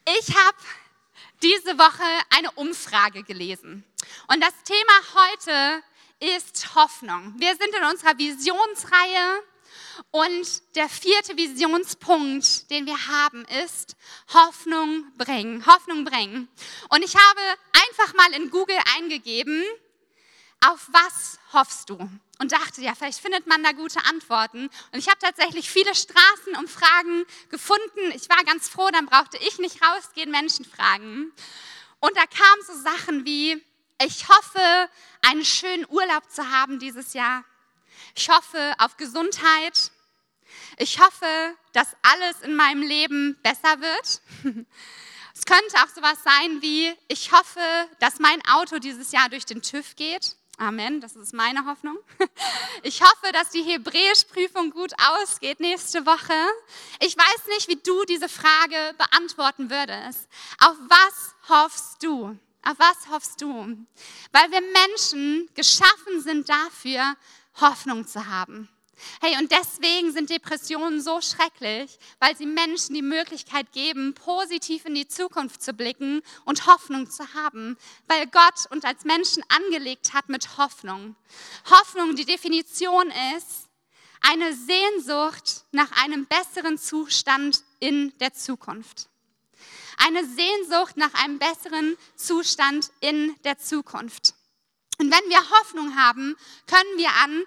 Ich habe diese Woche eine Umfrage gelesen und das Thema heute ist Hoffnung. Wir sind in unserer Visionsreihe und der 4. Visionspunkt, den wir haben, ist Hoffnung bringen. Hoffnung bringen. Und ich habe einfach mal in Google eingegeben, auf was hoffst du? Und dachte, ja, vielleicht findet man da gute Antworten. Und ich habe tatsächlich viele Straßenumfragen gefunden. Ich war ganz froh, dann brauchte ich nicht rausgehen, Menschen fragen. Und da kamen so Sachen wie, ich hoffe, einen schönen Urlaub zu haben dieses Jahr. Ich hoffe auf Gesundheit. Ich hoffe, dass alles in meinem Leben besser wird. Es könnte auch sowas sein wie, ich hoffe, dass mein Auto dieses Jahr durch den TÜV geht. Amen, das ist meine Hoffnung. Ich hoffe, dass die Hebräischprüfung gut ausgeht nächste Woche. Ich weiß nicht, wie du diese Frage beantworten würdest. Auf was hoffst du? Auf was hoffst du? Weil wir Menschen geschaffen sind dafür, Hoffnung zu haben. Hey, und deswegen sind Depressionen so schrecklich, weil sie Menschen die Möglichkeit geben, positiv in die Zukunft zu blicken und Hoffnung zu haben, weil Gott uns als Menschen angelegt hat mit Hoffnung. Hoffnung, die Definition ist eine Sehnsucht nach einem besseren Zustand in der Zukunft. Eine Sehnsucht nach einem besseren Zustand in der Zukunft. Und wenn wir Hoffnung haben, können wir an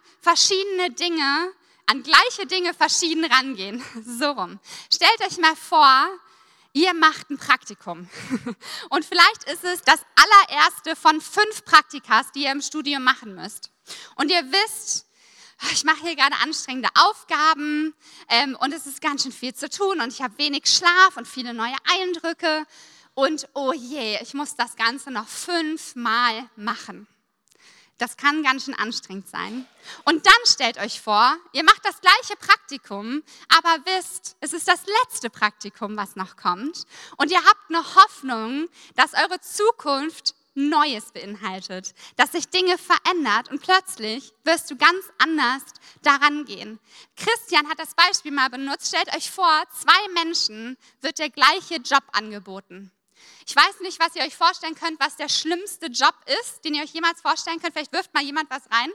gleiche Dinge verschieden rangehen. So rum. Stellt euch mal vor, ihr macht ein Praktikum. Und vielleicht ist es das allererste von 5 Praktikas, die ihr im Studium machen müsst. Und ihr wisst, ich mache hier gerade anstrengende Aufgaben und es ist ganz schön viel zu tun und ich habe wenig Schlaf und viele neue Eindrücke. Und oh je, ich muss das Ganze noch 5-mal machen. Das kann ganz schön anstrengend sein. Und dann stellt euch vor, ihr macht das gleiche Praktikum, aber wisst, es ist das letzte Praktikum, was noch kommt. Und ihr habt noch Hoffnung, dass eure Zukunft Neues beinhaltet, dass sich Dinge verändert und plötzlich wirst du ganz anders daran gehen. Christian hat das Beispiel mal benutzt. Stellt euch vor, 2 Menschen wird der gleiche Job angeboten. Ich weiß nicht, was ihr euch vorstellen könnt, was der schlimmste Job ist, den ihr euch jemals vorstellen könnt. Vielleicht wirft mal jemand was rein.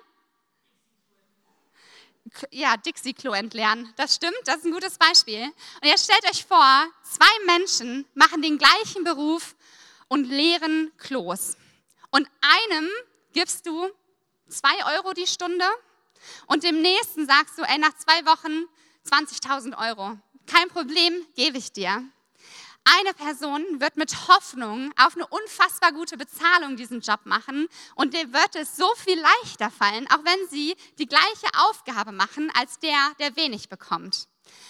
Ja, Dixie-Klo entleeren. Das stimmt, das ist ein gutes Beispiel. Und jetzt stellt euch vor, 2 Menschen machen den gleichen Beruf und leeren Klos. Und einem gibst du 2 Euro die Stunde und dem nächsten sagst du, nach 2 Wochen 20.000 Euro. Kein Problem, gebe ich dir. Eine Person wird mit Hoffnung auf eine unfassbar gute Bezahlung diesen Job machen und der wird es so viel leichter fallen, auch wenn sie die gleiche Aufgabe machen, als der wenig bekommt.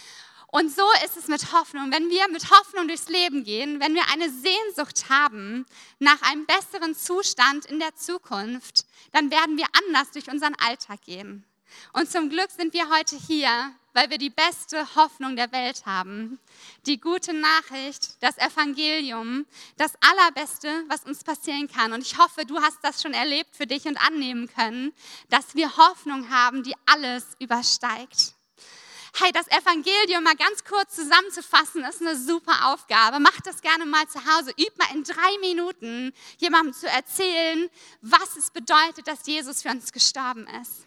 Und so ist es mit Hoffnung. Wenn wir mit Hoffnung durchs Leben gehen, wenn wir eine Sehnsucht haben nach einem besseren Zustand in der Zukunft, dann werden wir anders durch unseren Alltag gehen. Und zum Glück sind wir heute hier, weil wir die beste Hoffnung der Welt haben. Die gute Nachricht, das Evangelium, das Allerbeste, was uns passieren kann. Und ich hoffe, du hast das schon erlebt für dich und annehmen können, dass wir Hoffnung haben, die alles übersteigt. Hey, das Evangelium mal ganz kurz zusammenzufassen, ist eine super Aufgabe. Macht das gerne mal zu Hause. Übt mal in 3 Minuten, jemandem zu erzählen, was es bedeutet, dass Jesus für uns gestorben ist.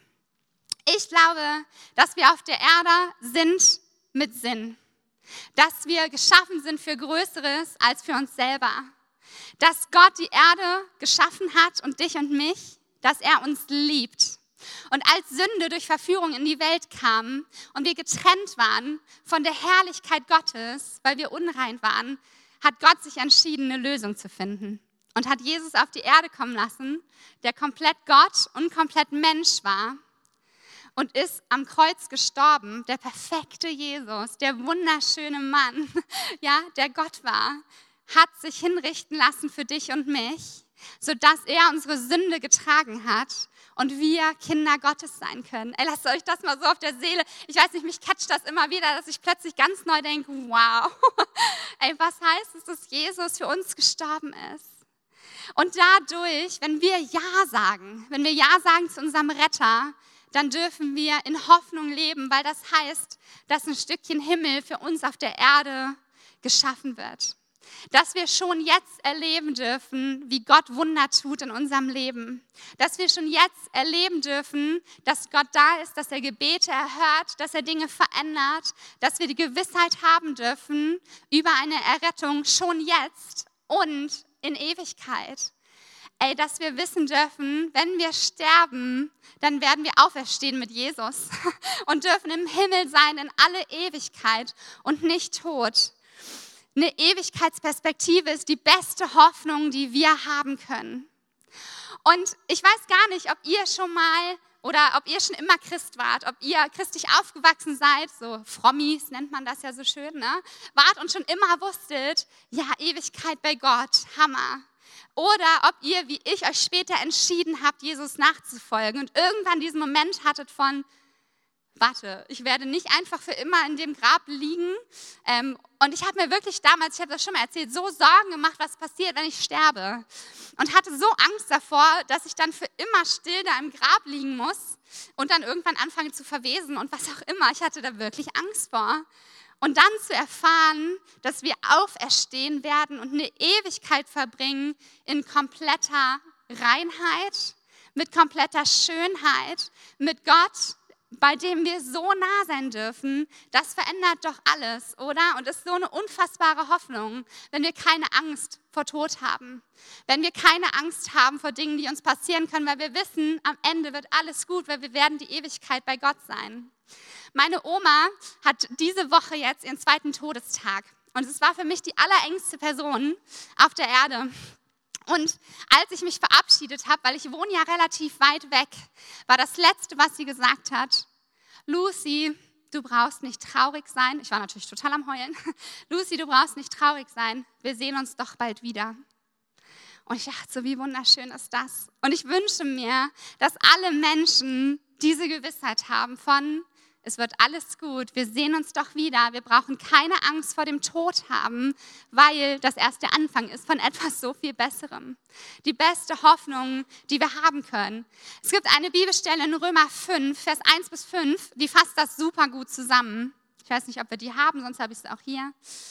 Ich glaube, dass wir auf der Erde sind mit Sinn. Dass wir geschaffen sind für Größeres als für uns selber. Dass Gott die Erde geschaffen hat und dich und mich, dass er uns liebt. Und als Sünde durch Verführung in die Welt kam und wir getrennt waren von der Herrlichkeit Gottes, weil wir unrein waren, hat Gott sich entschieden, eine Lösung zu finden. Und hat Jesus auf die Erde kommen lassen, der komplett Gott und komplett Mensch war. Und ist am Kreuz gestorben, der perfekte Jesus, der wunderschöne Mann, ja, der Gott war, hat sich hinrichten lassen für dich und mich, sodass er unsere Sünde getragen hat und wir Kinder Gottes sein können. Ey, lasst euch das mal so auf der Seele. Ich weiß nicht, mich catcht das immer wieder, dass ich plötzlich ganz neu denke, wow, ey, was heißt es, dass Jesus für uns gestorben ist? Und dadurch, wenn wir Ja sagen zu unserem Retter, dann dürfen wir in Hoffnung leben, weil das heißt, dass ein Stückchen Himmel für uns auf der Erde geschaffen wird. Dass wir schon jetzt erleben dürfen, wie Gott Wunder tut in unserem Leben. Dass wir schon jetzt erleben dürfen, dass Gott da ist, dass er Gebete erhört, dass er Dinge verändert, dass wir die Gewissheit haben dürfen über eine Errettung schon jetzt und in Ewigkeit. Dass wir wissen dürfen, wenn wir sterben, dann werden wir auferstehen mit Jesus und dürfen im Himmel sein in alle Ewigkeit und nicht tot. Eine Ewigkeitsperspektive ist die beste Hoffnung, die wir haben können. Und ich weiß gar nicht, ob ihr schon mal oder ob ihr schon immer Christ wart, ob ihr christlich aufgewachsen seid, so Frommis nennt man das ja so schön, ne? Wart und schon immer wusstet, ja, Ewigkeit bei Gott, Hammer. Oder ob ihr, wie ich, euch später entschieden habt, Jesus nachzufolgen und irgendwann diesen Moment hattet von, warte, ich werde nicht einfach für immer in dem Grab liegen. Und ich habe mir wirklich damals, ich habe das schon mal erzählt, so Sorgen gemacht, was passiert, wenn ich sterbe. Und hatte so Angst davor, dass ich dann für immer still da im Grab liegen muss und dann irgendwann anfange zu verwesen und was auch immer. Ich hatte da wirklich Angst vor. Und dann zu erfahren, dass wir auferstehen werden und eine Ewigkeit verbringen in kompletter Reinheit, mit kompletter Schönheit, mit Gott, bei dem wir so nah sein dürfen, das verändert doch alles, oder? Und ist so eine unfassbare Hoffnung, wenn wir keine Angst vor Tod haben. Wenn wir keine Angst haben vor Dingen, die uns passieren können, weil wir wissen, am Ende wird alles gut, weil wir werden die Ewigkeit bei Gott sein. Meine Oma hat diese Woche jetzt ihren 2. Todestag. Und es war für mich die allerengste Person auf der Erde. Und als ich mich verabschiedet habe, weil ich wohne ja relativ weit weg, war das Letzte, was sie gesagt hat, Lucy, du brauchst nicht traurig sein. Ich war natürlich total am Heulen. Lucy, du brauchst nicht traurig sein. Wir sehen uns doch bald wieder. Und ich dachte so, wie wunderschön ist das? Und ich wünsche mir, dass alle Menschen diese Gewissheit haben von, es wird alles gut, wir sehen uns doch wieder, wir brauchen keine Angst vor dem Tod haben, weil das erst der Anfang ist von etwas so viel Besserem. Die beste Hoffnung, die wir haben können. Es gibt eine Bibelstelle in Römer 5, Vers 1-5, die fasst das super gut zusammen. Ich weiß nicht, ob wir die haben, sonst habe ich sie auch hier.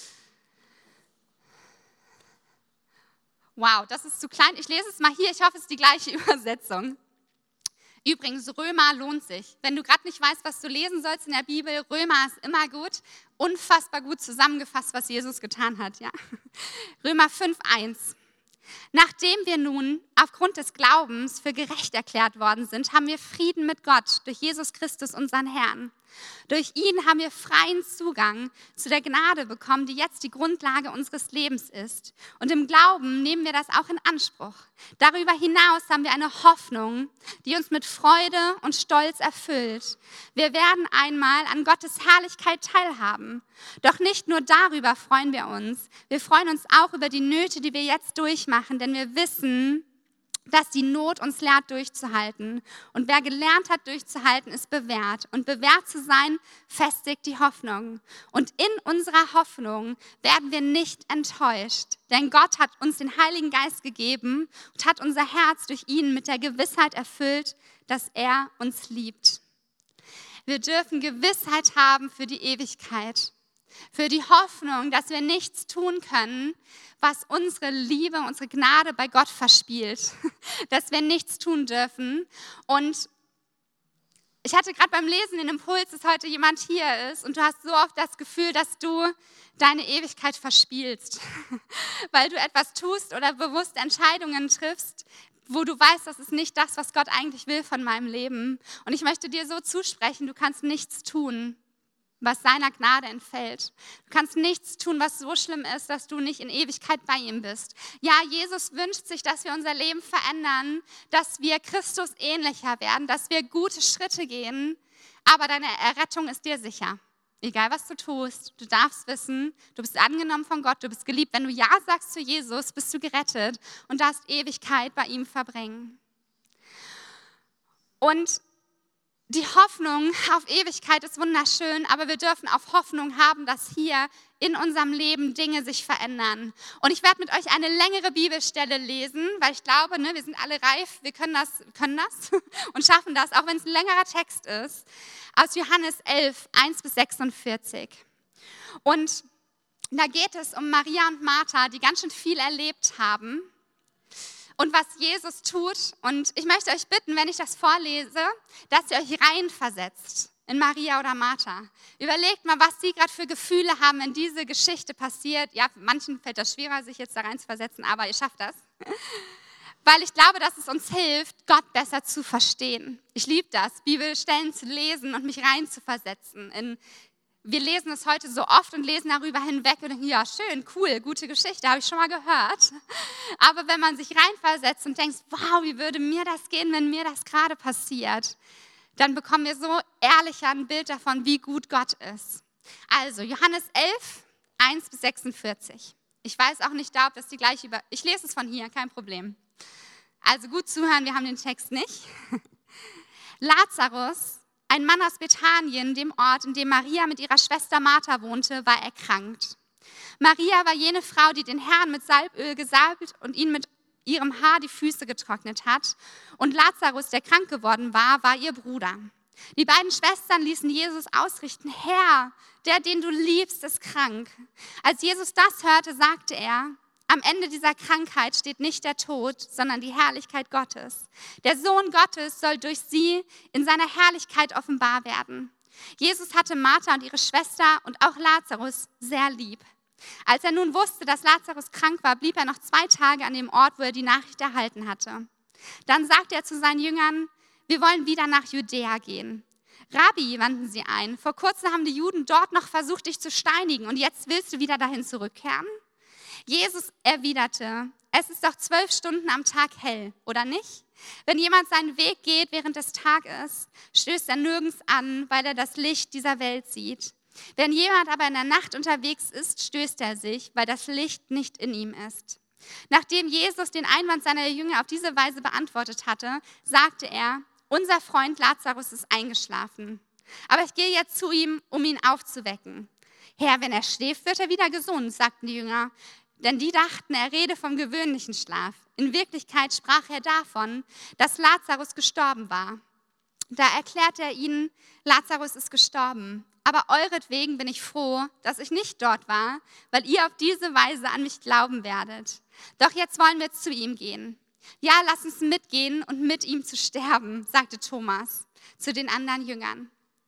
Wow, das ist zu klein. Ich lese es mal hier, ich hoffe, es ist die gleiche Übersetzung. Übrigens, Römer lohnt sich. Wenn du gerade nicht weißt, was du lesen sollst in der Bibel, Römer ist immer gut. Unfassbar gut zusammengefasst, was Jesus getan hat. Ja? Römer 5,1. Nachdem wir nun aufgrund des Glaubens für gerecht erklärt worden sind, haben wir Frieden mit Gott durch Jesus Christus, unseren Herrn. Durch ihn haben wir freien Zugang zu der Gnade bekommen, die jetzt die Grundlage unseres Lebens ist. Und im Glauben nehmen wir das auch in Anspruch. Darüber hinaus haben wir eine Hoffnung, die uns mit Freude und Stolz erfüllt. Wir werden einmal an Gottes Herrlichkeit teilhaben. Doch nicht nur darüber freuen wir freuen uns auch über die Nöte, die wir jetzt durchmachen, denn wir wissen, dass die Not uns lehrt, durchzuhalten. Und wer gelernt hat, durchzuhalten, ist bewährt. Und bewährt zu sein, festigt die Hoffnung. Und in unserer Hoffnung werden wir nicht enttäuscht. Denn Gott hat uns den Heiligen Geist gegeben und hat unser Herz durch ihn mit der Gewissheit erfüllt, dass er uns liebt. Wir dürfen Gewissheit haben für die Ewigkeit. Für die Hoffnung, dass wir nichts tun können, was unsere Liebe, unsere Gnade bei Gott verspielt. Dass wir nichts tun dürfen. Und ich hatte gerade beim Lesen den Impuls, dass heute jemand hier ist und du hast so oft das Gefühl, dass du deine Ewigkeit verspielst. Weil du etwas tust oder bewusst Entscheidungen triffst, wo du weißt, das ist nicht das, was Gott eigentlich will von meinem Leben. Und ich möchte dir so zusprechen, du kannst nichts tun, was seiner Gnade entfällt. Du kannst nichts tun, was so schlimm ist, dass du nicht in Ewigkeit bei ihm bist. Ja, Jesus wünscht sich, dass wir unser Leben verändern, dass wir Christus ähnlicher werden, dass wir gute Schritte gehen, aber deine Errettung ist dir sicher. Egal, was du tust, du darfst wissen, du bist angenommen von Gott, du bist geliebt. Wenn du Ja sagst zu Jesus, bist du gerettet und darfst Ewigkeit bei ihm verbringen. Und die Hoffnung auf Ewigkeit ist wunderschön, aber wir dürfen auch Hoffnung haben, dass hier in unserem Leben Dinge sich verändern. Und ich werde mit euch eine längere Bibelstelle lesen, weil ich glaube, wir sind alle reif, wir können das und schaffen das, auch wenn es ein längerer Text ist, aus Johannes 11, 1-46. Und Da geht es um Maria und Martha, die ganz schön viel erlebt haben und was Jesus tut. Und ich möchte euch bitten, wenn ich das vorlese, dass ihr euch reinversetzt in Maria oder Martha. Überlegt mal, was sie gerade für Gefühle haben, wenn diese Geschichte passiert. Ja, manchen fällt das schwerer, sich jetzt da rein zu versetzen, aber ihr schafft das. Weil ich glaube, dass es uns hilft, Gott besser zu verstehen. Ich liebe das, Bibelstellen zu lesen und mich reinzuversetzen. Wir lesen es heute so oft und lesen darüber hinweg und denken, ja schön, cool, gute Geschichte, habe ich schon mal gehört. Aber wenn man sich reinversetzt und denkt, wow, wie würde mir das gehen, wenn mir das gerade passiert, dann bekommen wir so ehrlicher ein Bild davon, wie gut Gott ist. Also Johannes 11, 1-46. Ich weiß auch nicht, ob das die gleiche ich lese es von hier, kein Problem. Also gut zuhören, wir haben den Text nicht. Lazarus, ein Mann aus Bethanien, dem Ort, in dem Maria mit ihrer Schwester Martha wohnte, war erkrankt. Maria war jene Frau, die den Herrn mit Salböl gesalbt und ihn mit ihrem Haar die Füße getrocknet hat. Und Lazarus, der krank geworden war, war ihr Bruder. Die beiden Schwestern ließen Jesus ausrichten, Herr, der, den du liebst, ist krank. Als Jesus das hörte, sagte er, am Ende dieser Krankheit steht nicht der Tod, sondern die Herrlichkeit Gottes. Der Sohn Gottes soll durch sie in seiner Herrlichkeit offenbar werden. Jesus hatte Martha und ihre Schwester und auch Lazarus sehr lieb. Als er nun wusste, dass Lazarus krank war, blieb er noch 2 Tage an dem Ort, wo er die Nachricht erhalten hatte. Dann sagte er zu seinen Jüngern, wir wollen wieder nach Judäa gehen. Rabbi, wandten sie ein, vor kurzem haben die Juden dort noch versucht, dich zu steinigen und jetzt willst du wieder dahin zurückkehren? Jesus erwiderte, es ist doch 12 Stunden am Tag hell, oder nicht? Wenn jemand seinen Weg geht während des Tages, stößt er nirgends an, weil er das Licht dieser Welt sieht. Wenn jemand aber in der Nacht unterwegs ist, stößt er sich, weil das Licht nicht in ihm ist. Nachdem Jesus den Einwand seiner Jünger auf diese Weise beantwortet hatte, sagte er, unser Freund Lazarus ist eingeschlafen. Aber ich gehe jetzt zu ihm, um ihn aufzuwecken. Herr, wenn er schläft, wird er wieder gesund, sagten die Jünger. Denn die dachten, er rede vom gewöhnlichen Schlaf. In Wirklichkeit sprach er davon, dass Lazarus gestorben war. Da erklärte er ihnen, Lazarus ist gestorben. Aber euretwegen bin ich froh, dass ich nicht dort war, weil ihr auf diese Weise an mich glauben werdet. Doch jetzt wollen wir zu ihm gehen. Ja, lass uns mitgehen und mit ihm zu sterben, sagte Thomas zu den anderen Jüngern.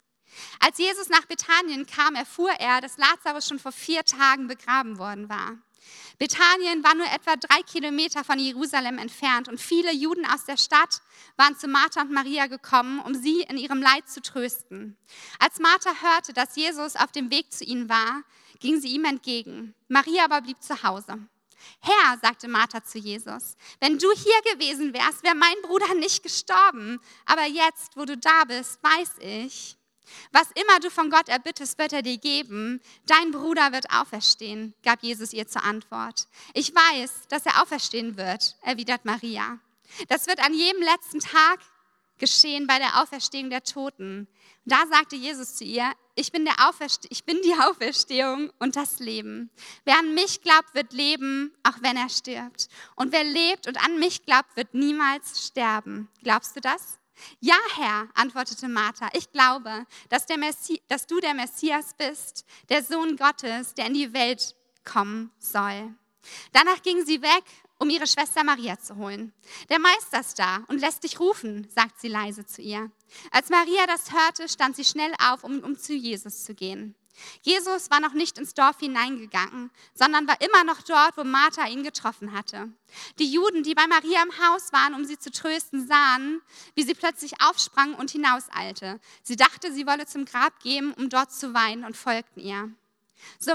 Als Jesus nach Bethanien kam, erfuhr er, dass Lazarus schon vor 4 Tagen begraben worden war. Bethanien war nur etwa 3 Kilometer von Jerusalem entfernt und viele Juden aus der Stadt waren zu Martha und Maria gekommen, um sie in ihrem Leid zu trösten. Als Martha hörte, dass Jesus auf dem Weg zu ihnen war, ging sie ihm entgegen. Maria aber blieb zu Hause. Herr, sagte Martha zu Jesus, wenn du hier gewesen wärst, wäre mein Bruder nicht gestorben. Aber jetzt, wo du da bist, weiß ich, was immer du von Gott erbittest, wird er dir geben. Dein Bruder wird auferstehen, gab Jesus ihr zur Antwort. Ich weiß, dass er auferstehen wird, erwidert Maria. Das wird an jedem letzten Tag geschehen bei der Auferstehung der Toten. Da sagte Jesus zu ihr, ich bin die Auferstehung und das Leben. Wer an mich glaubt, wird leben, auch wenn er stirbt. Und wer lebt und an mich glaubt, wird niemals sterben. Glaubst du das? Ja, Herr, antwortete Martha, ich glaube, dass du der Messias bist, der Sohn Gottes, der in die Welt kommen soll. Danach ging sie weg, um ihre Schwester Maria zu holen. Der Meister ist da und lässt dich rufen, sagt sie leise zu ihr. Als Maria das hörte, stand sie schnell auf, um zu Jesus zu gehen. Jesus war noch nicht ins Dorf hineingegangen, sondern war immer noch dort, wo Martha ihn getroffen hatte. Die Juden, die bei Maria im Haus waren, um sie zu trösten, sahen, wie sie plötzlich aufsprang und hinauseilte. Sie dachte, sie wolle zum Grab gehen, um dort zu weinen, und folgten ihr. So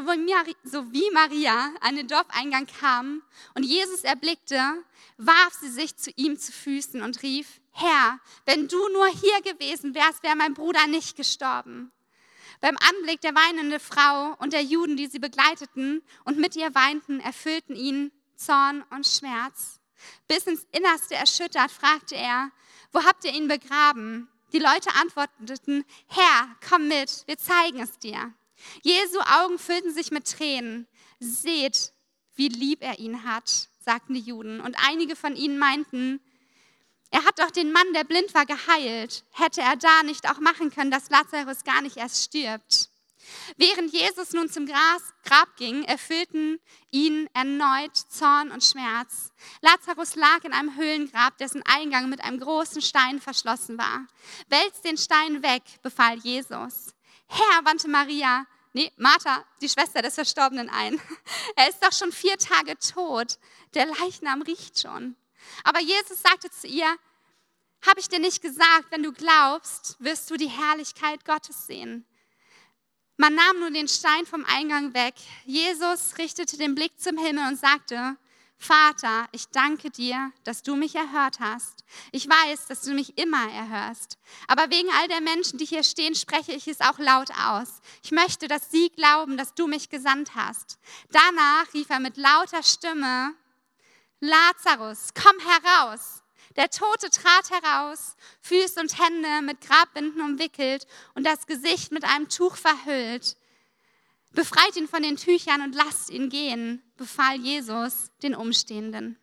wie Maria an den Dorfeingang kam und Jesus erblickte, warf sie sich zu ihm zu Füßen und rief, Herr, wenn du nur hier gewesen wärst, wäre mein Bruder nicht gestorben. Beim Anblick der weinenden Frau und der Juden, die sie begleiteten und mit ihr weinten, erfüllten ihn Zorn und Schmerz. Bis ins Innerste erschüttert, fragte er, wo habt ihr ihn begraben? Die Leute antworteten, Herr, komm mit, wir zeigen es dir. Jesu Augen füllten sich mit Tränen. Seht, wie lieb er ihn hat, sagten die Juden. Und einige von ihnen meinten, er hat doch den Mann, der blind war, geheilt. Hätte er da nicht auch machen können, dass Lazarus gar nicht erst stirbt? Während Jesus nun zum Grab ging, erfüllten ihn erneut Zorn und Schmerz. Lazarus lag in einem Höhlengrab, dessen Eingang mit einem großen Stein verschlossen war. Wälzt den Stein weg, befahl Jesus. Herr, wandte Martha, die Schwester des Verstorbenen, ein. Er ist doch schon 4 Tage tot. Der Leichnam riecht schon. Aber Jesus sagte zu ihr, habe ich dir nicht gesagt, wenn du glaubst, wirst du die Herrlichkeit Gottes sehen. Man nahm nun den Stein vom Eingang weg. Jesus richtete den Blick zum Himmel und sagte, Vater, ich danke dir, dass du mich erhört hast. Ich weiß, dass du mich immer erhörst. Aber wegen all der Menschen, die hier stehen, spreche ich es auch laut aus. Ich möchte, dass sie glauben, dass du mich gesandt hast. Danach rief er mit lauter Stimme, Lazarus, komm heraus. Der Tote trat heraus, Füße und Hände mit Grabbinden umwickelt und das Gesicht mit einem Tuch verhüllt. Befreit ihn von den Tüchern und lasst ihn gehen, befahl Jesus den Umstehenden.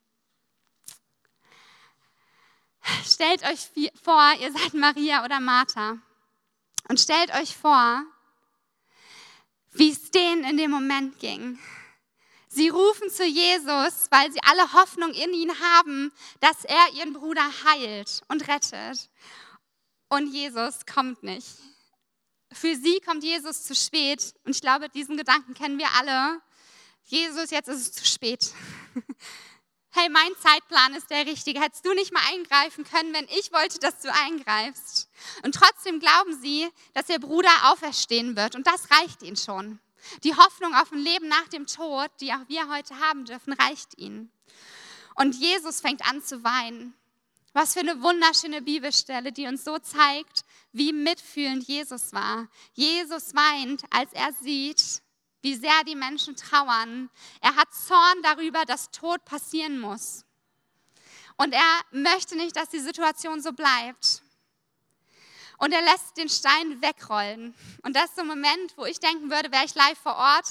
Stellt euch vor, ihr seid Maria oder Martha und stellt euch vor, wie es denen in dem Moment ging. Sie rufen zu Jesus, weil sie alle Hoffnung in ihn haben, dass er ihren Bruder heilt und rettet. Und Jesus kommt nicht. Für sie kommt Jesus zu spät. Und ich glaube, diesen Gedanken kennen wir alle. Jesus, jetzt ist es zu spät. Hey, mein Zeitplan ist der richtige. Hättest du nicht mal eingreifen können, wenn ich wollte, dass du eingreifst? Und trotzdem glauben sie, dass ihr Bruder auferstehen wird. Und das reicht ihnen schon. Die Hoffnung auf ein Leben nach dem Tod, die auch wir heute haben dürfen, reicht ihnen. Und Jesus fängt an zu weinen. Was für eine wunderschöne Bibelstelle, die uns so zeigt, wie mitfühlend Jesus war. Jesus weint, als er sieht, wie sehr die Menschen trauern. Er hat Zorn darüber, dass Tod passieren muss. Und er möchte nicht, dass die Situation so bleibt. Und er lässt den Stein wegrollen. Und das ist so ein Moment, wo ich denken würde, wäre ich live vor Ort.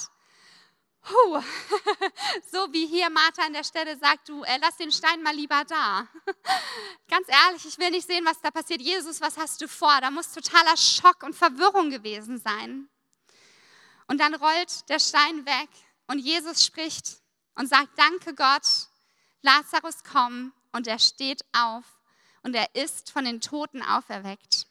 So wie hier Martha an der Stelle sagt, du lass den Stein mal lieber da. Ganz ehrlich, ich will nicht sehen, was da passiert. Jesus, was hast du vor? Da muss totaler Schock und Verwirrung gewesen sein. Und dann rollt der Stein weg und Jesus spricht und sagt, danke Gott, Lazarus komm. Und er steht auf und er ist von den Toten auferweckt.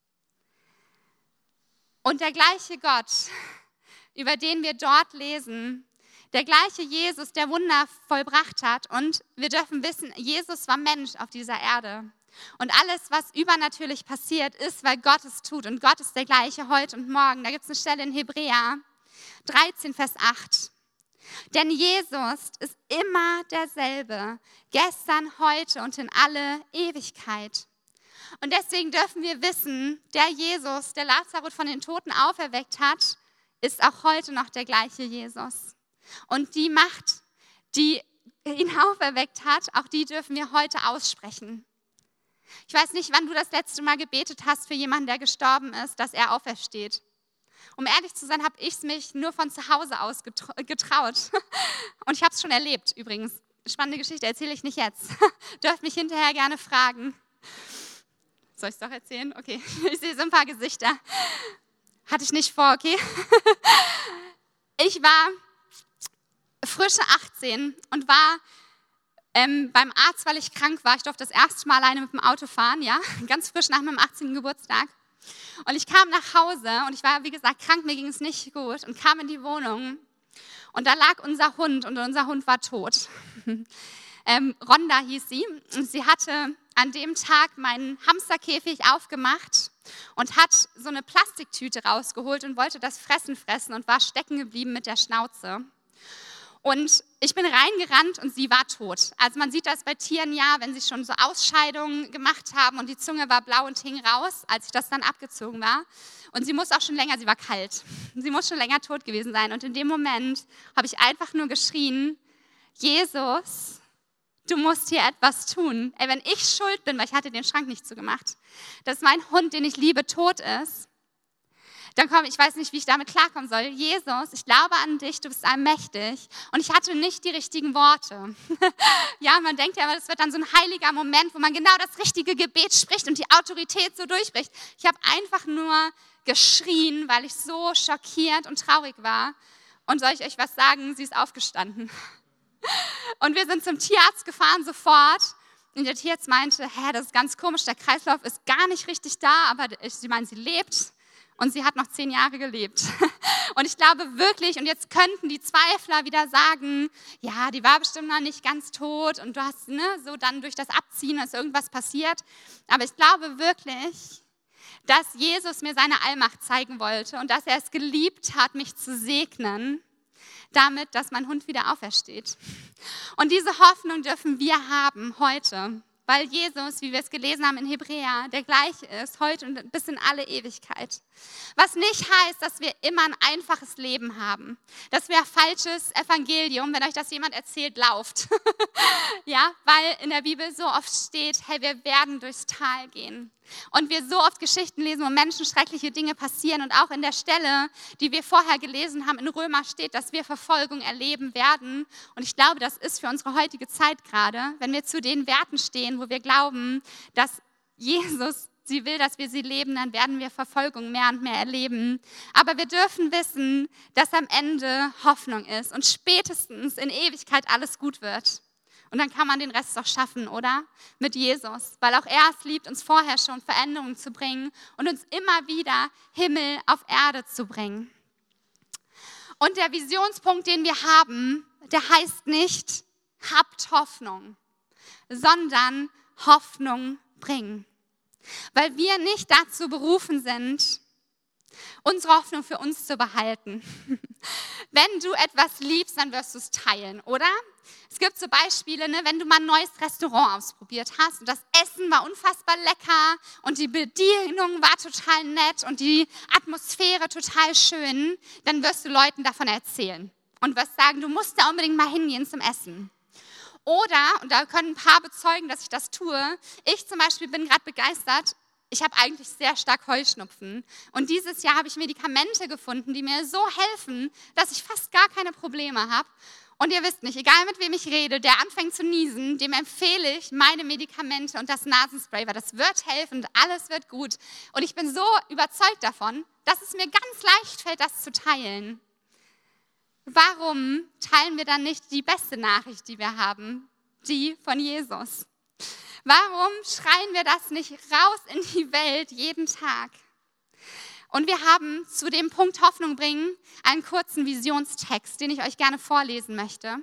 Und der gleiche Gott, über den wir dort lesen, der gleiche Jesus, der Wunder vollbracht hat. Und wir dürfen wissen, Jesus war Mensch auf dieser Erde. Und alles, was übernatürlich passiert, ist, weil Gott es tut. Und Gott ist der gleiche heute und morgen. Da gibt es eine Stelle in Hebräer 13, Vers 8. Denn Jesus ist immer derselbe, gestern, heute und in alle Ewigkeit. Und deswegen dürfen wir wissen, der Jesus, der Lazarus von den Toten auferweckt hat, ist auch heute noch der gleiche Jesus. Und die Macht, die ihn auferweckt hat, auch die dürfen wir heute aussprechen. Ich weiß nicht, wann du das letzte Mal gebetet hast für jemanden, der gestorben ist, dass er aufersteht. Um ehrlich zu sein, habe ich es mich nur von zu Hause aus getraut. Und ich habe es schon erlebt übrigens. Spannende Geschichte, erzähle ich nicht jetzt. Dürft mich hinterher gerne fragen. Soll ich es doch erzählen? Okay, ich sehe so ein paar Gesichter. Hatte ich nicht vor, okay? Ich war frische 18 und war beim Arzt, weil ich krank war. Ich durfte das erste Mal alleine mit dem Auto fahren, ja, ganz frisch nach meinem 18. Geburtstag. Und ich kam nach Hause und ich war, wie gesagt, krank, mir ging es nicht gut und kam in die Wohnung. Und da lag unser Hund und unser Hund war tot. Rhonda hieß sie und sie hatte an dem Tag meinen Hamsterkäfig aufgemacht und hat so eine Plastiktüte rausgeholt und wollte das fressen und war stecken geblieben mit der Schnauze. Und ich bin reingerannt und sie war tot. Also man sieht das bei Tieren ja, wenn sie schon so Ausscheidungen gemacht haben und die Zunge war blau und hing raus, als ich das dann abgezogen war. Und sie muss auch schon länger, sie war kalt. Sie muss schon länger tot gewesen sein. Und in dem Moment habe ich einfach nur geschrien, Jesus, du musst hier etwas tun. Ey, wenn ich schuld bin, weil ich hatte den Schrank nicht zugemacht, dass mein Hund, den ich liebe, tot ist, ich weiß nicht, wie ich damit klarkommen soll. Jesus, ich glaube an dich, du bist allmächtig. Und ich hatte nicht die richtigen Worte. Ja, man denkt ja immer, das wird dann so ein heiliger Moment, wo man genau das richtige Gebet spricht und die Autorität so durchbricht. Ich habe einfach nur geschrien, weil ich so schockiert und traurig war. Und soll ich euch was sagen? Sie ist aufgestanden. Und wir sind zum Tierarzt gefahren sofort. Und der Tierarzt meinte, das ist ganz komisch, der Kreislauf ist gar nicht richtig da, aber sie meint, sie lebt. Und sie hat noch 10 Jahre gelebt. Und ich glaube wirklich, und jetzt könnten die Zweifler wieder sagen, ja, die war bestimmt noch nicht ganz tot und du hast so dann durch das Abziehen ist irgendwas passiert. Aber ich glaube wirklich, dass Jesus mir seine Allmacht zeigen wollte und dass er es geliebt hat, mich zu segnen, damit, dass mein Hund wieder aufersteht. Und diese Hoffnung dürfen wir haben heute. Weil Jesus, wie wir es gelesen haben in Hebräer, der gleiche ist, heute und bis in alle Ewigkeit. Was nicht heißt, dass wir immer ein einfaches Leben haben. Das wäre falsches Evangelium, wenn euch das jemand erzählt, lauft. Ja, weil in der Bibel so oft steht, wir werden durchs Tal gehen. Und wir so oft Geschichten lesen, wo Menschen schreckliche Dinge passieren. Und auch in der Stelle, die wir vorher gelesen haben, in Römer steht, dass wir Verfolgung erleben werden. Und ich glaube, das ist für unsere heutige Zeit gerade, wenn wir zu den Werten stehen, wo wir glauben, dass Jesus sie will, dass wir sie leben, dann werden wir Verfolgung mehr und mehr erleben. Aber wir dürfen wissen, dass am Ende Hoffnung ist und spätestens in Ewigkeit alles gut wird. Und dann kann man den Rest doch schaffen, oder? Mit Jesus, weil auch er es liebt, uns vorher schon Veränderungen zu bringen und uns immer wieder Himmel auf Erde zu bringen. Und der Visionspunkt, den wir haben, der heißt nicht, habt Hoffnung, sondern Hoffnung bringen. Weil wir nicht dazu berufen sind, unsere Hoffnung für uns zu behalten. Wenn du etwas liebst, dann wirst du es teilen, oder? Es gibt so Beispiele, wenn du mal ein neues Restaurant ausprobiert hast und das Essen war unfassbar lecker und die Bedienung war total nett und die Atmosphäre total schön, dann wirst du Leuten davon erzählen und wirst sagen, du musst da unbedingt mal hingehen zum Essen. Oder, und da können ein paar bezeugen, dass ich das tue, ich zum Beispiel bin gerade begeistert, ich habe eigentlich sehr stark Heuschnupfen und dieses Jahr habe ich Medikamente gefunden, die mir so helfen, dass ich fast gar keine Probleme habe. Und ihr wisst nicht, egal mit wem ich rede, der anfängt zu niesen, dem empfehle ich meine Medikamente und das Nasenspray, weil das wird helfen und alles wird gut. Und ich bin so überzeugt davon, dass es mir ganz leicht fällt, das zu teilen. Warum teilen wir dann nicht die beste Nachricht, die wir haben, die von Jesus? Warum schreien wir das nicht raus in die Welt jeden Tag? Und wir haben zu dem Punkt Hoffnung bringen einen kurzen Visionstext, den ich euch gerne vorlesen möchte.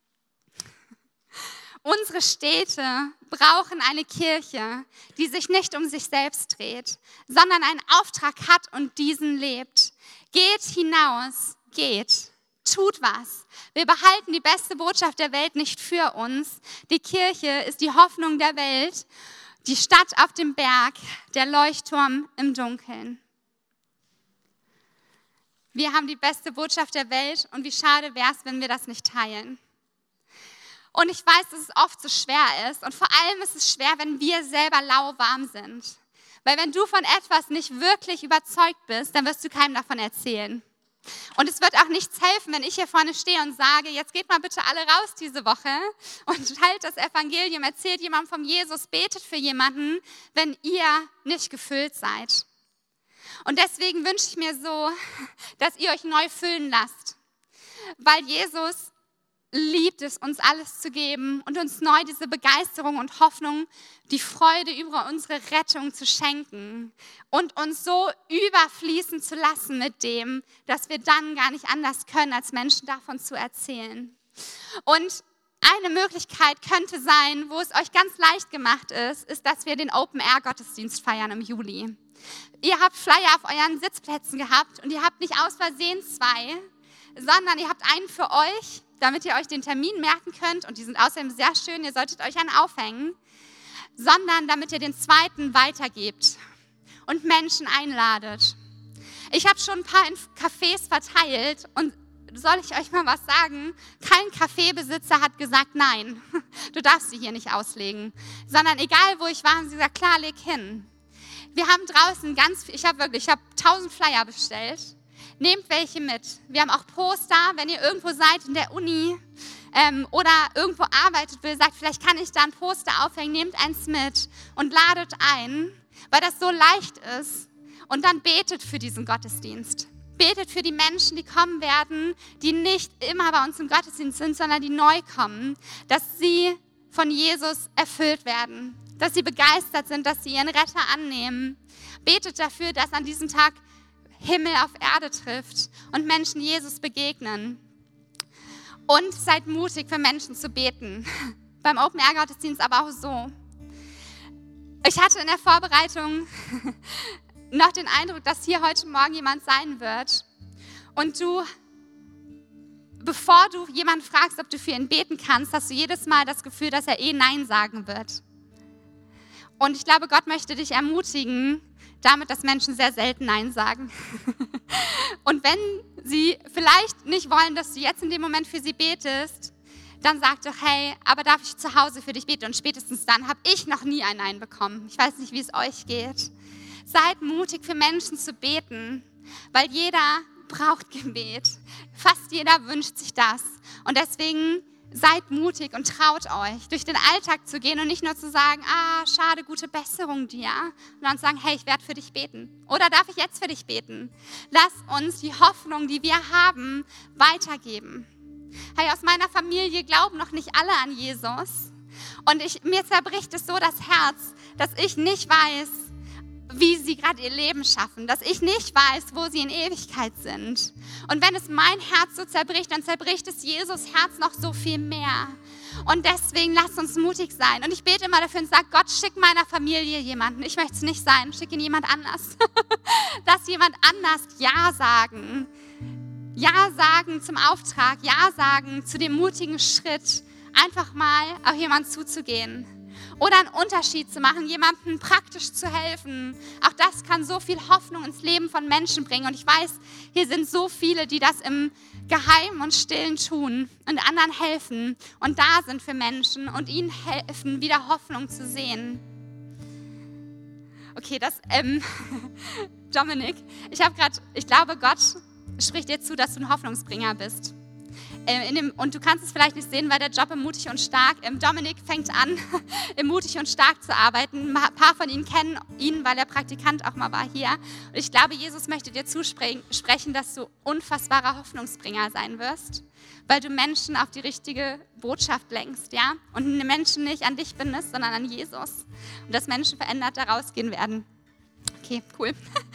Unsere Städte brauchen eine Kirche, die sich nicht um sich selbst dreht, sondern einen Auftrag hat und diesen lebt. Geht hinaus, geht. Tut was. Wir behalten die beste Botschaft der Welt nicht für uns. Die Kirche ist die Hoffnung der Welt, die Stadt auf dem Berg, der Leuchtturm im Dunkeln. Wir haben die beste Botschaft der Welt und wie schade wäre es, wenn wir das nicht teilen. Und ich weiß, dass es oft so schwer ist und vor allem ist es schwer, wenn wir selber lauwarm sind. Weil wenn du von etwas nicht wirklich überzeugt bist, dann wirst du keinem davon erzählen. Und es wird auch nichts helfen, wenn ich hier vorne stehe und sage, jetzt geht mal bitte alle raus diese Woche und teilt das Evangelium, erzählt jemandem von Jesus, betet für jemanden, wenn ihr nicht gefüllt seid. Und deswegen wünsche ich mir so, dass ihr euch neu füllen lasst, weil Jesus liebt es, uns alles zu geben und uns neu diese Begeisterung und Hoffnung, die Freude über unsere Rettung zu schenken und uns so überfließen zu lassen mit dem, dass wir dann gar nicht anders können, als Menschen davon zu erzählen. Und eine Möglichkeit könnte sein, wo es euch ganz leicht gemacht ist, dass wir den Open-Air-Gottesdienst feiern im Juli. Ihr habt Flyer auf euren Sitzplätzen gehabt und ihr habt nicht aus Versehen 2, sondern ihr habt einen für euch, damit ihr euch den Termin merken könnt und die sind außerdem sehr schön, ihr solltet euch einen aufhängen, sondern damit ihr den 2. weitergebt und Menschen einladet. Ich habe schon ein paar in Cafés verteilt und soll ich euch mal was sagen? Kein Kaffeebesitzer hat gesagt, nein, du darfst sie hier nicht auslegen, sondern egal wo ich war, haben sie gesagt, klar, leg hin. Wir haben draußen ich habe 1000 Flyer bestellt. Nehmt welche mit. Wir haben auch Poster, wenn ihr irgendwo seid in der Uni oder irgendwo arbeitet, sagt, vielleicht kann ich da ein Poster aufhängen, nehmt eins mit und ladet ein, weil das so leicht ist. Und dann betet für diesen Gottesdienst. Betet für die Menschen, die kommen werden, die nicht immer bei uns im Gottesdienst sind, sondern die neu kommen, dass sie von Jesus erfüllt werden, dass sie begeistert sind, dass sie ihren Retter annehmen. Betet dafür, dass an diesem Tag Himmel auf Erde trifft und Menschen Jesus begegnen. Und seid mutig, für Menschen zu beten. Beim Open-Air-Gottesdienst aber auch so. Ich hatte in der Vorbereitung noch den Eindruck, dass hier heute Morgen jemand sein wird und du, bevor du jemanden fragst, ob du für ihn beten kannst, hast du jedes Mal das Gefühl, dass er Nein sagen wird. Und ich glaube, Gott möchte dich ermutigen, damit, dass Menschen sehr selten Nein sagen. Und wenn sie vielleicht nicht wollen, dass du jetzt in dem Moment für sie betest, dann sag doch, hey, aber darf ich zu Hause für dich beten? Und spätestens dann habe ich noch nie ein Nein bekommen. Ich weiß nicht, wie es euch geht. Seid mutig, für Menschen zu beten, weil jeder braucht Gebet. Fast jeder wünscht sich das. Und deswegen seid mutig und traut euch, durch den Alltag zu gehen und nicht nur zu sagen, schade, gute Besserung dir, sondern zu sagen, hey, ich werde für dich beten. Oder darf ich jetzt für dich beten? Lass uns die Hoffnung, die wir haben, weitergeben. Hey, aus meiner Familie glauben noch nicht alle an Jesus. Und mir zerbricht es so das Herz, dass ich nicht weiß, wie sie gerade ihr Leben schaffen, dass ich nicht weiß, wo sie in Ewigkeit sind. Und wenn es mein Herz so zerbricht, dann zerbricht es Jesus Herz noch so viel mehr. Und deswegen lasst uns mutig sein. Und ich bete immer dafür und sage, Gott, schick meiner Familie jemanden. Ich möchte es nicht sein, schick ihn jemand anders. Dass jemand anders Ja sagen. Ja sagen zum Auftrag, Ja sagen zu dem mutigen Schritt, einfach mal auf jemanden zuzugehen. Oder einen Unterschied zu machen, jemandem praktisch zu helfen. Auch das kann so viel Hoffnung ins Leben von Menschen bringen. Und ich weiß, hier sind so viele, die das im Geheimen und Stillen tun und anderen helfen und da sind für Menschen und ihnen helfen, wieder Hoffnung zu sehen. Okay, Dominik, ich glaube, Gott spricht dir zu, dass du ein Hoffnungsbringer bist. Und du kannst es vielleicht nicht sehen, weil der Job im Mutig und Stark, Dominik fängt an, im Mutig und Stark zu arbeiten. Ein paar von Ihnen kennen ihn, weil er Praktikant auch mal war hier. Und ich glaube, Jesus möchte dir zusprechen, dass du unfassbarer Hoffnungsbringer sein wirst, weil du Menschen auf die richtige Botschaft lenkst, ja? Und Menschen nicht an dich bindest, sondern an Jesus. Und dass Menschen verändert da rausgehen werden. Okay, cool.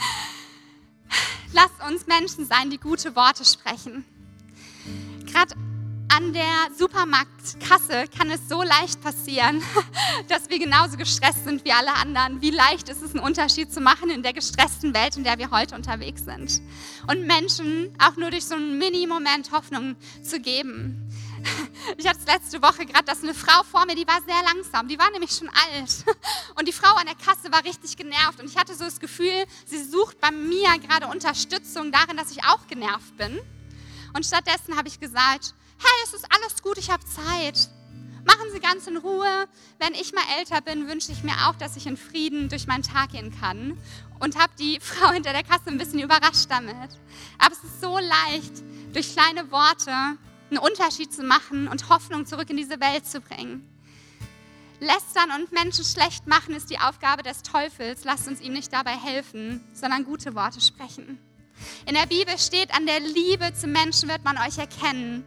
Lass uns Menschen sein, die gute Worte sprechen. Gerade an der Supermarktkasse kann es so leicht passieren, dass wir genauso gestresst sind wie alle anderen. Wie leicht ist es, einen Unterschied zu machen in der gestressten Welt, in der wir heute unterwegs sind. Und Menschen auch nur durch so einen Mini-Moment Hoffnung zu geben. Ich hatte es letzte Woche gerade, dass eine Frau vor mir, die war sehr langsam, die war nämlich schon alt. Und die Frau an der Kasse war richtig genervt. Und ich hatte so das Gefühl, sie sucht bei mir gerade Unterstützung darin, dass ich auch genervt bin. Und stattdessen habe ich gesagt, hey, es ist alles gut, ich habe Zeit. Machen Sie ganz in Ruhe. Wenn ich mal älter bin, wünsche ich mir auch, dass ich in Frieden durch meinen Tag gehen kann. Und habe die Frau hinter der Kasse ein bisschen überrascht damit. Aber es ist so leicht, durch kleine Worte einen Unterschied zu machen und Hoffnung zurück in diese Welt zu bringen. Lästern und Menschen schlecht machen ist die Aufgabe des Teufels. Lasst uns ihm nicht dabei helfen, sondern gute Worte sprechen. In der Bibel steht, an der Liebe zum Menschen wird man euch erkennen.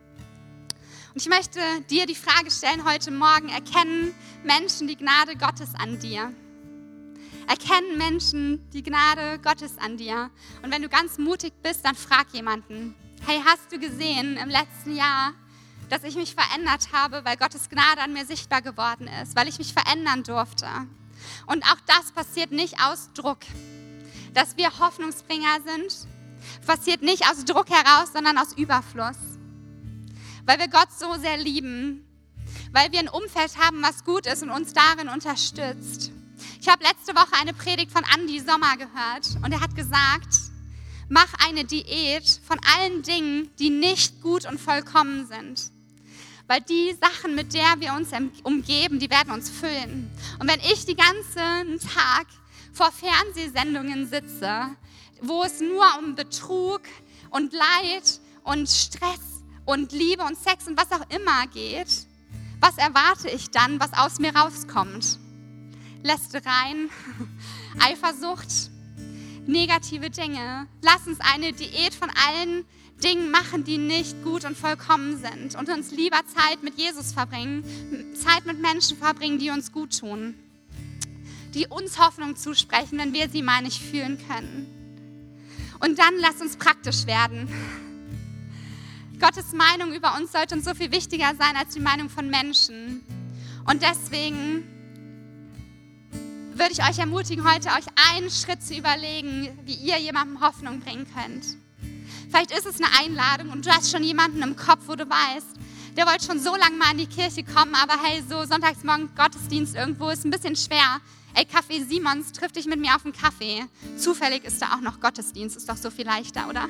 Und ich möchte dir die Frage stellen heute Morgen, erkennen Menschen die Gnade Gottes an dir? Erkennen Menschen die Gnade Gottes an dir? Und wenn du ganz mutig bist, dann frag jemanden, hey, hast du gesehen im letzten Jahr, dass ich mich verändert habe, weil Gottes Gnade an mir sichtbar geworden ist, weil ich mich verändern durfte? Und auch das passiert nicht aus Druck. Dass wir Hoffnungsbringer sind, passiert nicht aus Druck heraus, sondern aus Überfluss. Weil wir Gott so sehr lieben, weil wir ein Umfeld haben, was gut ist und uns darin unterstützt. Ich habe letzte Woche eine Predigt von Andi Sommer gehört und er hat gesagt, mach eine Diät von allen Dingen, die nicht gut und vollkommen sind. Weil die Sachen, mit der wir uns umgeben, die werden uns füllen. Und wenn ich den ganzen Tag vor Fernsehsendungen sitze, wo es nur um Betrug und Leid und Stress und Liebe und Sex und was auch immer geht, was erwarte ich dann, was aus mir rauskommt? Lästereien, Eifersucht, negative Dinge. Lass uns eine Diät von allen Dingen machen, die nicht gut und vollkommen sind und uns lieber Zeit mit Jesus verbringen, Zeit mit Menschen verbringen, die uns gut tun, die uns Hoffnung zusprechen, wenn wir sie mal nicht fühlen können. Und dann lass uns praktisch werden. Gottes Meinung über uns sollte uns so viel wichtiger sein als die Meinung von Menschen. Und deswegen würde ich euch ermutigen, heute euch einen Schritt zu überlegen, wie ihr jemandem Hoffnung bringen könnt. Vielleicht ist es eine Einladung und du hast schon jemanden im Kopf, wo du weißt, der wollte schon so lange mal in die Kirche kommen, aber hey, so sonntagsmorgen Gottesdienst irgendwo ist ein bisschen schwer. Ey, Café Simons, triff dich mit mir auf einen Kaffee. Zufällig ist da auch noch Gottesdienst, ist doch so viel leichter, oder?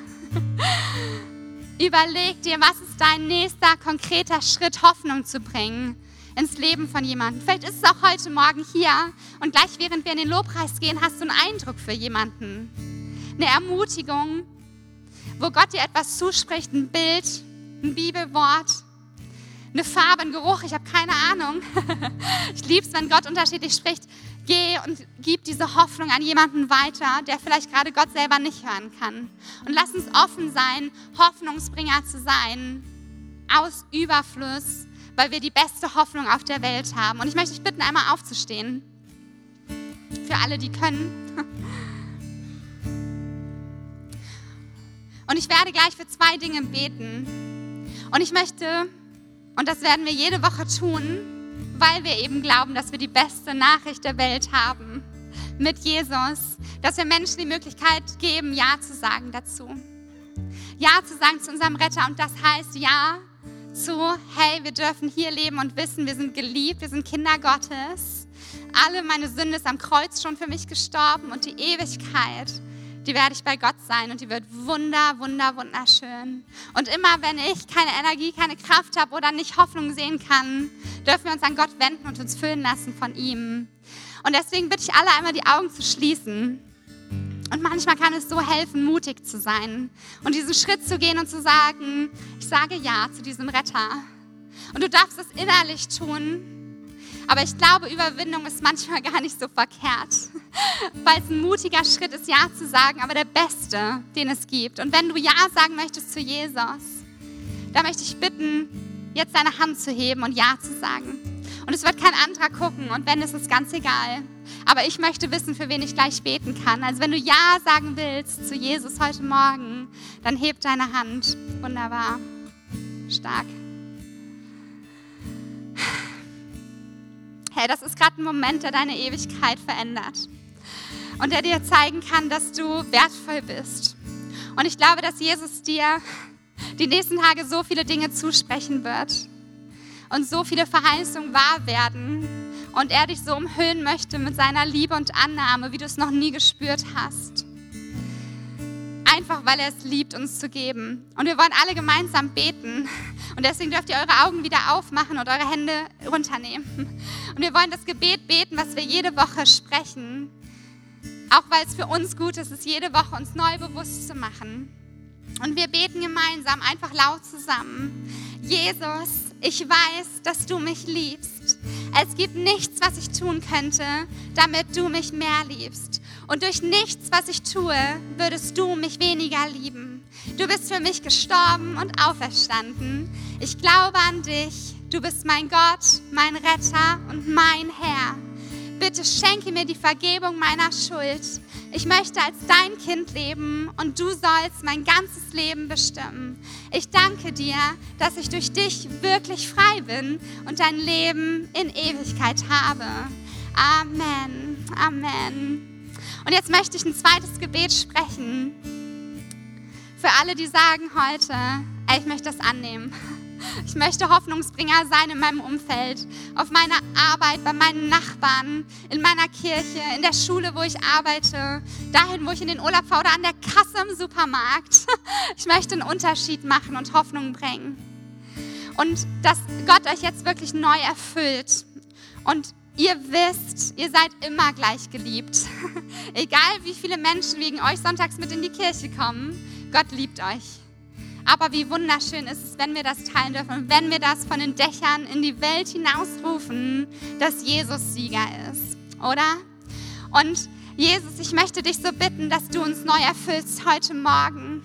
Überleg dir, was ist dein nächster konkreter Schritt, Hoffnung zu bringen ins Leben von jemandem. Vielleicht ist es auch heute Morgen hier und gleich während wir in den Lobpreis gehen, hast du einen Eindruck für jemanden. Eine Ermutigung, wo Gott dir etwas zuspricht, ein Bild, ein Bibelwort, eine Farbe, ein Geruch, ich habe keine Ahnung. Ich liebe es, wenn Gott unterschiedlich spricht. Geh und gib diese Hoffnung an jemanden weiter, der vielleicht gerade Gott selber nicht hören kann. Und lass uns offen sein, Hoffnungsbringer zu sein, aus Überfluss, weil wir die beste Hoffnung auf der Welt haben. Und ich möchte dich bitten, einmal aufzustehen. Für alle, die können. Und ich werde gleich für 2 Dinge beten. Und ich möchte, und das werden wir jede Woche tun, weil wir eben glauben, dass wir die beste Nachricht der Welt haben mit Jesus, dass wir Menschen die Möglichkeit geben, Ja zu sagen dazu. Ja zu sagen zu unserem Retter und das heißt Ja zu, hey, wir dürfen hier leben und wissen, wir sind geliebt, wir sind Kinder Gottes. Alle meine Sünde ist am Kreuz schon für mich gestorben und die Ewigkeit, die werde ich bei Gott sein und die wird wunderschön. Und immer wenn ich keine Energie, keine Kraft habe oder nicht Hoffnung sehen kann, dürfen wir uns an Gott wenden und uns füllen lassen von ihm. Und deswegen bitte ich alle einmal die Augen zu schließen. Und manchmal kann es so helfen, mutig zu sein und diesen Schritt zu gehen und zu sagen, ich sage Ja zu diesem Retter. Und du darfst es innerlich tun. Aber ich glaube, Überwindung ist manchmal gar nicht so verkehrt, weil es ein mutiger Schritt ist, Ja zu sagen, aber der beste, den es gibt. Und wenn du Ja sagen möchtest zu Jesus, dann möchte ich bitten, jetzt deine Hand zu heben und Ja zu sagen. Und es wird kein anderer gucken und wenn, ist es ganz egal. Aber ich möchte wissen, für wen ich gleich beten kann. Also wenn du Ja sagen willst zu Jesus heute Morgen, dann heb deine Hand. Wunderbar. Stark. Hey, das ist gerade ein Moment, der deine Ewigkeit verändert und der dir zeigen kann, dass du wertvoll bist. Und ich glaube, dass Jesus dir die nächsten Tage so viele Dinge zusprechen wird und so viele Verheißungen wahr werden und er dich so umhüllen möchte mit seiner Liebe und Annahme, wie du es noch nie gespürt hast. Einfach, weil er es liebt, uns zu geben. Und wir wollen alle gemeinsam beten. Und deswegen dürft ihr eure Augen wieder aufmachen und eure Hände runternehmen. Und wir wollen das Gebet beten, was wir jede Woche sprechen. Auch weil es für uns gut ist, es jede Woche uns neu bewusst zu machen. Und wir beten gemeinsam, einfach laut zusammen. Jesus, ich weiß, dass du mich liebst. Es gibt nichts, was ich tun könnte, damit du mich mehr liebst. Und durch nichts, was ich tue, würdest du mich weniger lieben. Du bist für mich gestorben und auferstanden. Ich glaube an dich. Du bist mein Gott, mein Retter und mein Herr. Bitte schenke mir die Vergebung meiner Schuld. Ich möchte als dein Kind leben und du sollst mein ganzes Leben bestimmen. Ich danke dir, dass ich durch dich wirklich frei bin und dein Leben in Ewigkeit habe. Amen. Amen. Und jetzt möchte ich ein zweites Gebet sprechen. Für alle, die sagen heute, ey, ich möchte das annehmen. Ich möchte Hoffnungsbringer sein in meinem Umfeld, auf meiner Arbeit, bei meinen Nachbarn, in meiner Kirche, in der Schule, wo ich arbeite, dahin, wo ich in den Urlaub fahre oder an der Kasse im Supermarkt. Ich möchte einen Unterschied machen und Hoffnung bringen. Und dass Gott euch jetzt wirklich neu erfüllt und ihr wisst, ihr seid immer gleich geliebt. Egal wie viele Menschen wegen euch sonntags mit in die Kirche kommen, Gott liebt euch. Aber wie wunderschön ist es, wenn wir das teilen dürfen und wenn wir das von den Dächern in die Welt hinausrufen, dass Jesus Sieger ist, oder? Und Jesus, ich möchte dich so bitten, dass du uns neu erfüllst heute Morgen.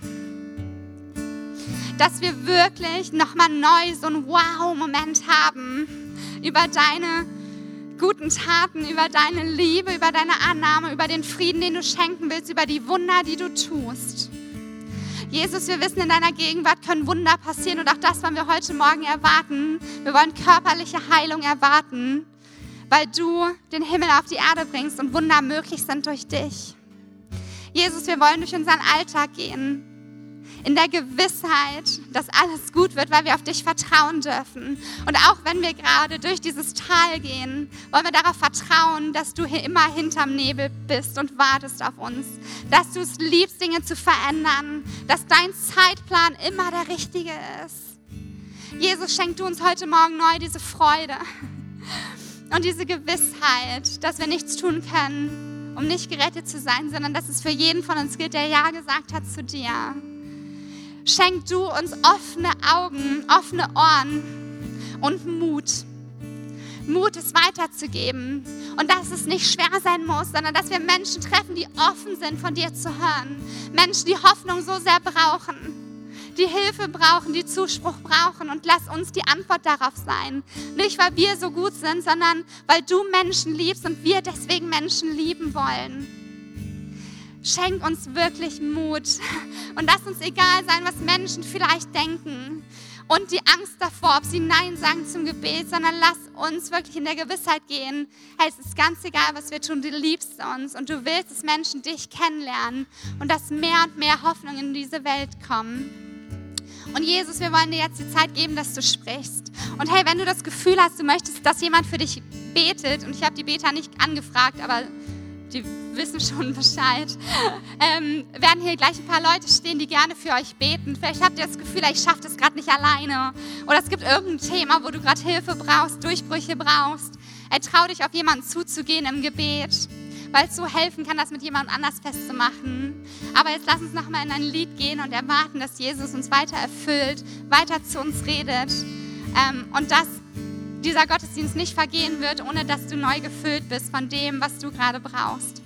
Dass wir wirklich nochmal neu so einen Wow-Moment haben über deine guten Taten, über deine Liebe, über deine Annahme, über den Frieden, den du schenken willst, über die Wunder, die du tust. Jesus, wir wissen, in deiner Gegenwart können Wunder passieren und auch das wollen wir heute Morgen erwarten. Wir wollen körperliche Heilung erwarten, weil du den Himmel auf die Erde bringst und Wunder möglich sind durch dich. Jesus, wir wollen durch unseren Alltag gehen, in der Gewissheit, dass alles gut wird, weil wir auf dich vertrauen dürfen. Und auch wenn wir gerade durch dieses Tal gehen, wollen wir darauf vertrauen, dass du hier immer hinterm Nebel bist und wartest auf uns. Dass du es liebst, Dinge zu verändern. Dass dein Zeitplan immer der richtige ist. Jesus, schenk du uns heute Morgen neu diese Freude und diese Gewissheit, dass wir nichts tun können, um nicht gerettet zu sein, sondern dass es für jeden von uns gilt, der Ja gesagt hat zu dir. Schenk du uns offene Augen, offene Ohren und Mut. Mut, es weiterzugeben. Und dass es nicht schwer sein muss, sondern dass wir Menschen treffen, die offen sind, von dir zu hören. Menschen, die Hoffnung so sehr brauchen, die Hilfe brauchen, die Zuspruch brauchen. Und lass uns die Antwort darauf sein. Nicht, weil wir so gut sind, sondern weil du Menschen liebst und wir deswegen Menschen lieben wollen. Schenk uns wirklich Mut und lass uns egal sein, was Menschen vielleicht denken und die Angst davor, ob sie Nein sagen zum Gebet, sondern lass uns wirklich in der Gewissheit gehen, hey, es ist ganz egal, was wir tun, du liebst uns und du willst, dass Menschen dich kennenlernen und dass mehr und mehr Hoffnung in diese Welt kommen. Und Jesus, wir wollen dir jetzt die Zeit geben, dass du sprichst. Und hey, wenn du das Gefühl hast, du möchtest, dass jemand für dich betet, und ich habe die Beter nicht angefragt, aber die wissen schon Bescheid, werden hier gleich ein paar Leute stehen, die gerne für euch beten. Vielleicht habt ihr das Gefühl, ich schaffe das gerade nicht alleine. Oder es gibt irgendein Thema, wo du gerade Hilfe brauchst, Durchbrüche brauchst. Trau dich, auf jemanden zuzugehen im Gebet, weil es so helfen kann, das mit jemand anders festzumachen. Aber jetzt lass uns nochmal in ein Lied gehen und erwarten, dass Jesus uns weiter erfüllt, weiter zu uns redet und dass dieser Gottesdienst nicht vergehen wird, ohne dass du neu gefüllt bist von dem, was du gerade brauchst.